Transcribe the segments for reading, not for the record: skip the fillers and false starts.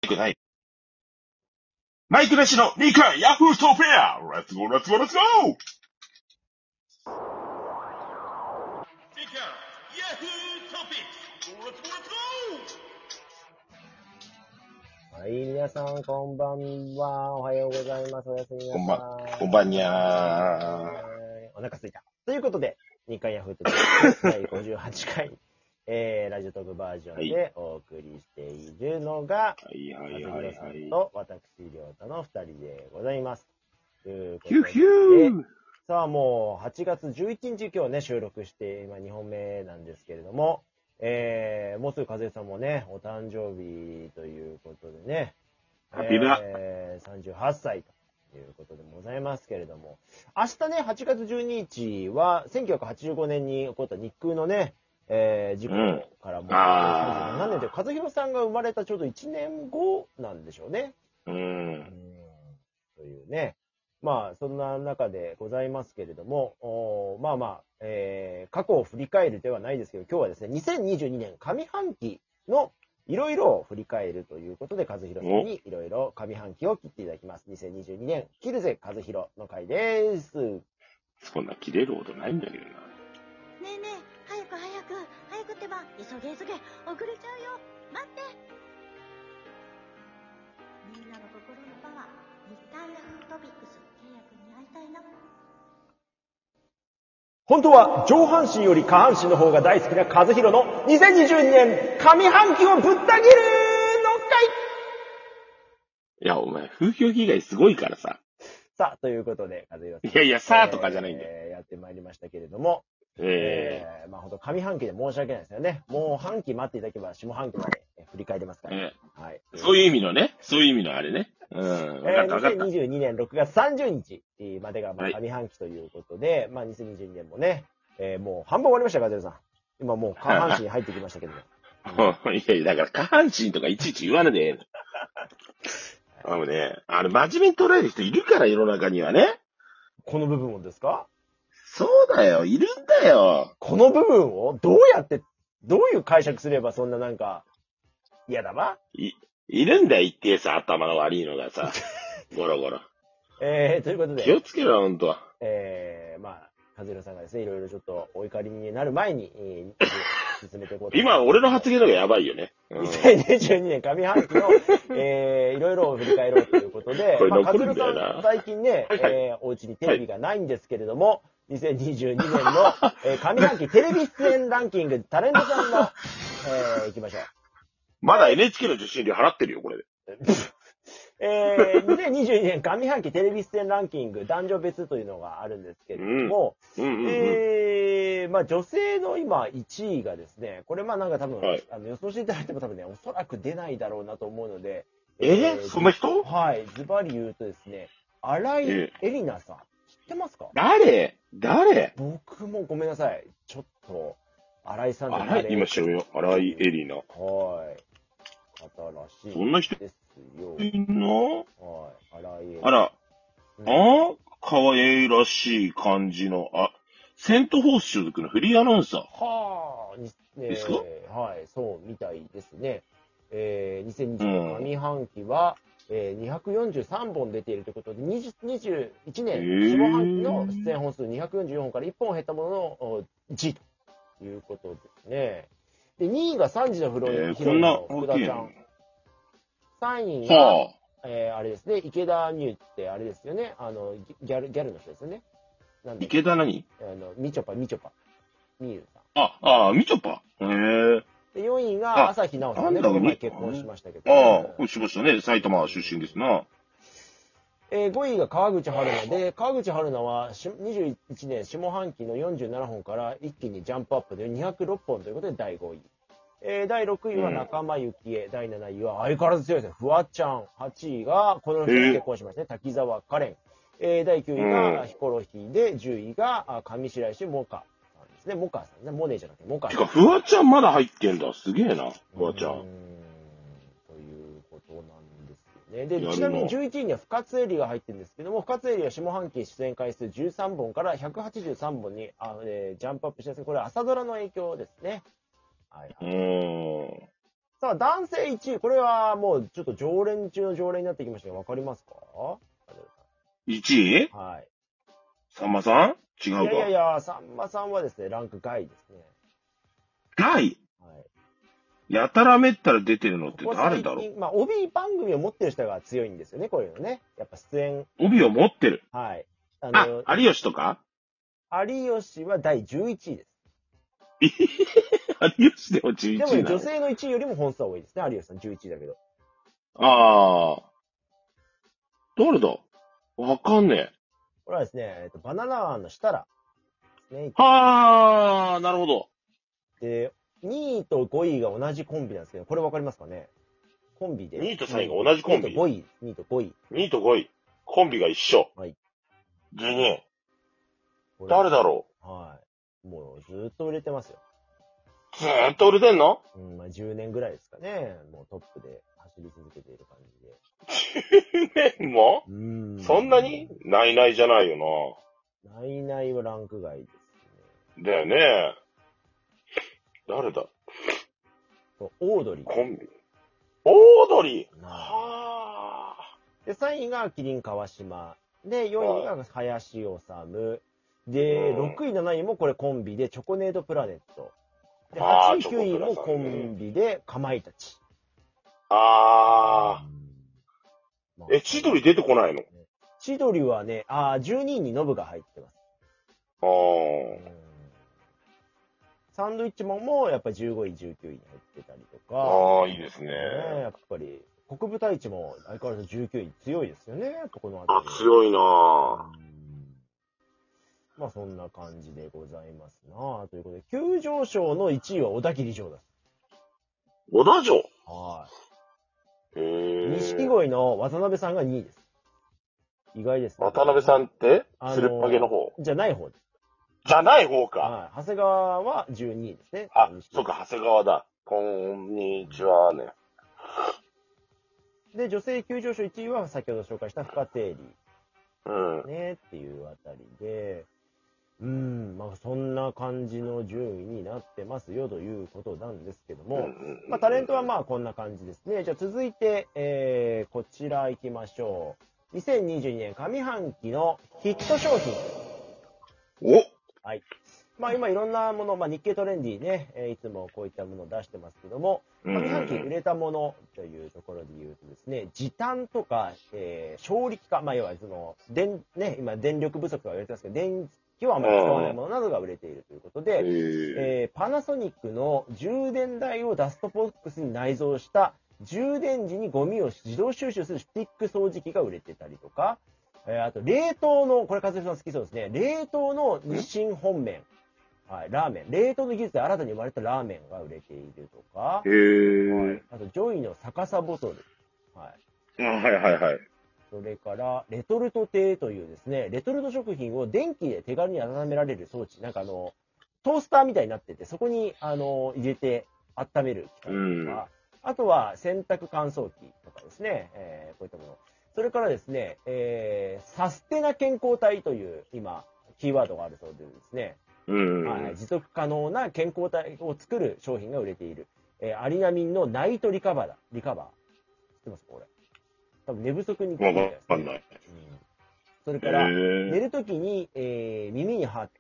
クない。マイクなしの2回ヤフートピアレッツゴーレッツゴーレッツゴー2回ヤフートピックレッツゴーレッツゴーはい、皆さん、こんばんは。おはようございます。おやすみなさい。 こんばんにゃー。 お腹すいた。ということで、日刊ヤフートピック第58回、ラジオトークバージョンでお送りしているのが、 はいはい松はい弘さんはい。 と私、りょうたの2人でございます。ということヒューでヒュー。 さあ、もう8月11日今日ね、収録して今2本目なんですけれども、もうすぐ和江さんもね、お誕生日ということでね、 ハッピーだ。 38歳ということでございますけれども、明日ね、8月12日は1985年に起こった日空のね、事故からもう37年で、和弘さんが生まれたちょうど1年後なんでしょうね。というね。まあ、そんな中でございますけれども、過去を振り返るではないですけど、今日はですね、2022年上半期のいろいろを振り返るということで、和弘さんにいろいろ上半期を切っていただきます。2022年、切るぜ和弘の回です。 そんな切れるほどないんだけどな。 ねえねえ、早くってば、急げ、遅れちゃうよ。待って。みんなの心のパワー、日刊ヤフートピックス契約に会いたいな。 本当は上半身より下半身の方が大好きな和弘の2022年上半期をぶった切るの回。 いや、お前、風評被害すごいからさ。 さあ、ということで、和弘さん。 いやいや、さあとかじゃないんだよ。 やってまいりましたけれども、まあ本当上半期で申し訳ないですよね。もう半期待っていただければ下半期まで振り返りますから。はい。 そういう意味のね、そういう意味のあれね。分かった分かった。 2022年6月30日までがまあ上半期ということで、まあ2022年もね、もう半分終わりました、和弘さん。今もう下半身に入ってきましたけども。 いやいや、だから下半身とかいちいち言わねえで。ね、真面目に捉える人いるから、世の中にはね。 この部分をですか？ そうだよ、いるんだよ。 この部分をどうやって、どういう解釈すればそんななんか、嫌だわ？ いるんだよ、一定さ、頭の悪いのがさ。ゴロゴロ。 ということで。 気をつけろ、ほんと。 まあ、和弘さんがですね、いろいろちょっとお怒りになる前に、進めていこうと。 今、俺の発言の方がやばいよね。 2022年上半期の、いろいろを振り返ろうということで、まあ、和弘さん、最近ね、お家にテレビがないんですけれども、2022年の、上半期テレビ出演ランキング、タレントさんの、行きましょう。 まだ NHK の受信料払ってるよ、これで。 2022年上半期テレビ出演ランキング、男女別というのがあるんですけれども、まあ女性の今1位がですね、これまあなんか多分、予想していただいても多分ね、おそらく出ないだろうなと思うので、 そんな人？ はい、ズバリ言うとですね、新井恵里奈さん、知ってますか？ 誰？ 僕もごめんなさい。ちょっと、新井さんで誰？今知るよ。新井恵里奈。 はい。方らしい。 そんな人ですよ。 いんの？ はい。新井恵里奈。 あら。可愛らしい感じの、セントフォース所属のフリーアナウンサー。 はあ、 ですか？ はい、そうみたいですね。2020年上半期は、243本出ているということで、21年下半期の出演本数244本から1本減ったものの1位ということですね。で、2位が3時の風呂ヒロインの福田ちゃん。3位が、あれですね、池田美優ってあれですよね、ギャルの人ですよね。 池田何？ みちょぱ。みゆさん。みちょぱ。へえ。 で、4位が朝日奈央さんね。この前結婚しましたけど。しましたね。埼玉出身ですな。 5位が川口春奈で、川口春奈は21年下半期の47本から一気にジャンプアップで206本ということで第5位。第6位は仲間由紀恵、第7位は相変わらず強いですね、フワちゃん。8位が、この人結婚しましたね、滝沢カレン。第9位がヒコロヒーで、10位が上白石萌歌さんですね。萌歌さんね、モネじゃなくて萌歌さん。 てか、フワちゃんまだ入ってんだ。すげえな、フワちゃん。 ということなんですよね。で、ちなみに11位には深津絵里が入ってるんですけども、深津絵里は下半期出演回数13本から183本にジャンプアップしてます。これは朝ドラの影響ですね。はい。 さあ、男性1位。これはもうちょっと常連中の常連になってきましたが、わかりますか？ 1位はい。 さんまさん違うか。 いや、さんまさんはですね、ランク外ですね。 外はい。 やたらめったら出てるのってここ誰だろう？ 最近、まあ、帯番組を持ってる人が強いんですよね、こういうのね。やっぱ出演。 帯を持ってる。 はい。 有吉とか有吉は第11位です。 有吉でも11位でもね、 なの？ 女性の1位よりも本数は多いですね、有吉さん11位だけど。 ああ。誰だわかんねえ。 これはですね、バナナマンの設楽ですね。 はあ、なるほど。 で、2位と5位が同じコンビなんですけど、これわかりますかね？コンビで。 2位と3位が同じコンビ。 2位と5位。2位と5位。 2位と5位。コンビが一緒。 はい。 芸人。誰だろはい。もうずーっと売れてますよ。 う？ずーっと売れてんの？ まあ10年ぐらいですかね。もうトップで走り続けている感じで。 10年もそんなにないないじゃないよないないはランク外ですな。だよね。誰だ？ オードリー。 コンビ。オードリー。 はあ。で、3位がキリン川島。で、4位が林修。で、6位、7位もこれコンビでチョコネートプラネット。で、8位、9位もコンビでかまいたち。 千鳥出てこないの？ 千鳥はね、12位にノブが入ってます。サンドイッチマンもやっぱり15位、19位に入ってたりとか。 いいですね。 やっぱり、国分太一も相変わらず19位強いですよね、この辺り。 強いなぁ。 まあそんな感じでございますなぁ。ということで、急上昇の1位は小田切城です。 小田城？ はい。 錦鯉の渡辺さんが2位です。意外ですね。 渡辺さんってスルッパゲの方？ じゃない方です。 じゃない方か。 はい。長谷川は12位ですね。 そうか、長谷川だ。こんにちはね。 で、女性急上昇1位は先ほど紹介した深定理。ね、っていうあたりで、まあそんな感じの順位になってますよということなんですけども、まあタレントはまあこんな感じですね。じゃあ続いて、こちら行きましょう。2022年上半期のヒット商品。はい。まあ今いろんなもの、まあ日経トレンディね、いつもこういったものを出してますけども、上半期売れたものというところで言うとですね、時短とか、省力化、まあ要はその、今電力不足が言われてますけど、電気をあまり使わないものなどが売れているということで、パナソニックの充電台をダストボックスに内蔵した充電時にゴミを自動収集するスティック掃除機が売れてたりとか、あと冷凍の、これ和江さん好きそうですね、冷凍の日清本麺。はい、ラーメン。冷凍の技術で新たに生まれたラーメンが売れているとか、はい、あと、ジョイの逆さボトル。はい。それから、レトルト亭というですね、レトルト食品を電気で手軽に温められる装置。なんかトースターみたいになってて、そこに、入れて温める機械とか、あとは洗濯乾燥機とかですね、こういったもの。それからですね、サステナ健康体という、今、キーワードがあるそうでですね、持続可能な健康体を作る商品が売れている。アリナミンのナイトリカバーだ。リカバー。知ってますかこれ。多分寝不足に効くみたいですね。 わかんない。 それから、寝るときに、耳に貼って、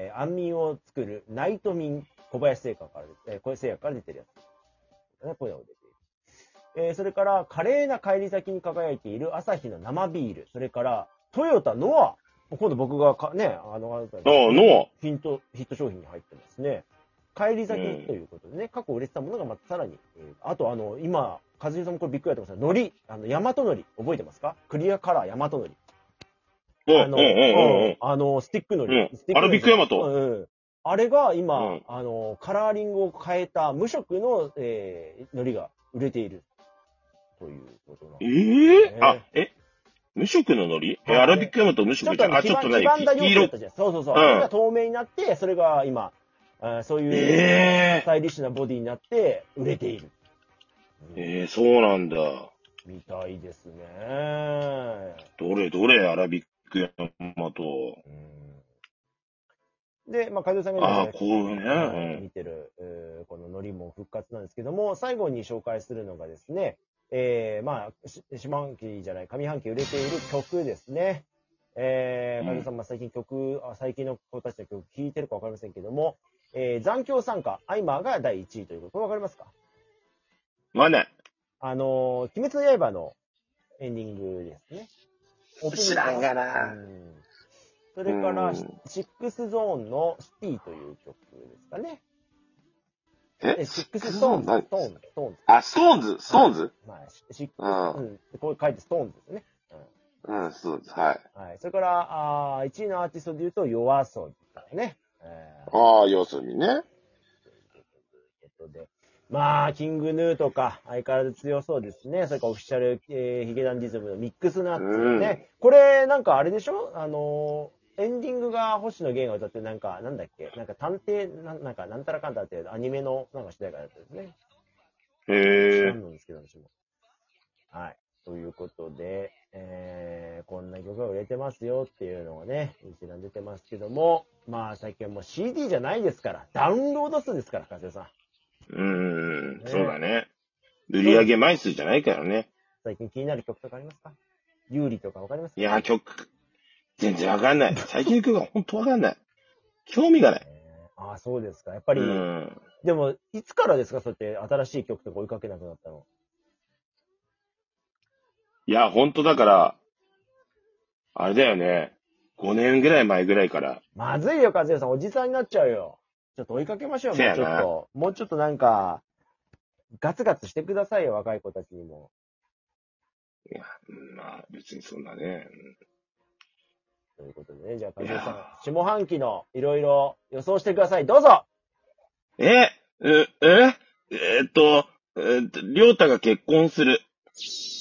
安眠を作るナイトミン小林製薬から出てるやつ。こういうのが出ている。それから、華麗な帰り咲きに輝いているアサヒの生ビール。それから、トヨタノア。今度僕がノアヒット商品に入ってますね。帰り咲きということでね、過去売れてたものがまたさらに、あと今、和江さんもこれびっくりやってますが、海苔、大和海苔、覚えてますか？クリアカラー大和海苔。スティック海苔。 アラビックヤマト。 あれが今、カラーリングを変えた無色の、海苔が売れているということなんですね。 無色の海苔？アラビックヤマト無色じゃん。ちょっとね、黄色。 そう。それが透明になって、それが今、そういうスタイリッシュなボディになって売れている。 そうなんだ。 みたいですね。 どれアラビックヤマト。 で、まあ、和代さんがああ、 ね、 こうね。 見てる、このノリも復活なんですけども、最後に紹介するのがですね、まあ、下半期じゃない、上半期売れている曲ですね。和代さん、まあ、最近の子たちの曲聴いてるかわかりませんけども、残響参加、アイマーが第1位ということ、これわかりますか？ まあね。 鬼滅の刃のエンディングですね。 知らんがな。 それから、シックスゾーンのシティという曲ですかね。シックスストーンズ。 あ、ストーンズまあ、これ書いてストーンズですね。 ストーンズ、はい。 はい。それから、1位のアーティストで言うと、夜遊びとかね。 夜遊びね。 まあ、キングヌーとか、相変わらず強そうですね。それからオフィシャル、ヒゲダンディズムのミックスナッツね。これ、なんかあれでしょ？エンディングが星野源が歌って、なんだっけ？なんか探偵、なんたらかんたってアニメのなんか主題歌だったんですね。知らんのですけど、私も。はい。ということで、こんな曲が売れてますよっていうのがね、一覧出てますけども、まあ最近はもう CD じゃないですから、ダウンロード数ですから、加瀬さん。 そうだね。売り上げ枚数じゃないからね。 最近気になる曲とかありますか？有利とかわかりますか？ いや、曲、全然わかんない。最近の曲が本当わかんない。興味がない。 ああ、そうですか。やっぱり、でも、いつからですか？そうやって新しい曲とか追いかけなくなったの。 いや、本当だから、あれだよね。5年ぐらい前ぐらいから。 まずいよ、和也さん。おじさんになっちゃうよ。ちょっと追いかけましょう、もうちょっと。もうちょっとなんか、ガツガツしてくださいよ、若い子たちにも。 いや、まあ、別にそんなね。 ということでね、じゃあ、和也さん、下半期のいろいろ予想してください。どうぞ。 りょうたが結婚する。